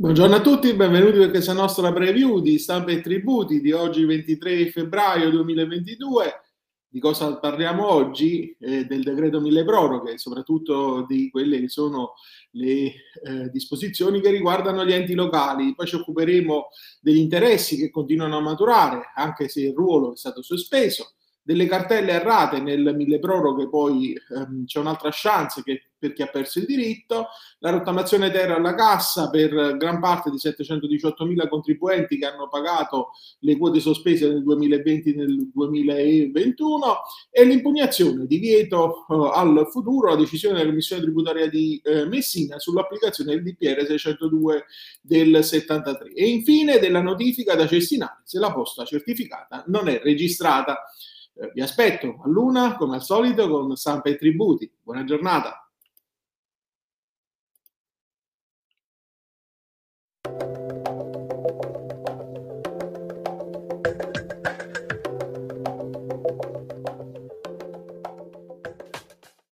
Buongiorno a tutti, benvenuti per questa nostra preview di Stampa e Tributi di oggi 23 febbraio 2022. Di cosa parliamo oggi? Del decreto mille proroghe, soprattutto di quelle che sono le disposizioni che riguardano gli enti locali. Poi ci occuperemo degli interessi che continuano a maturare, anche se il ruolo è stato sospeso, delle cartelle errate nel mille proroghe, poi c'è un'altra chance per chi ha perso il diritto, la rottamazione terra alla cassa per gran parte di 718.000 contribuenti che hanno pagato le quote sospese nel 2020 e nel 2021 e l'impugnazione divieto al futuro la decisione della Commissione tributaria di Messina sull'applicazione del DPR 602 del 73 e infine della notifica da cestinare se la posta certificata non è registrata. Vi aspetto a luna come al solito con Stampa e Tributi. Buona giornata.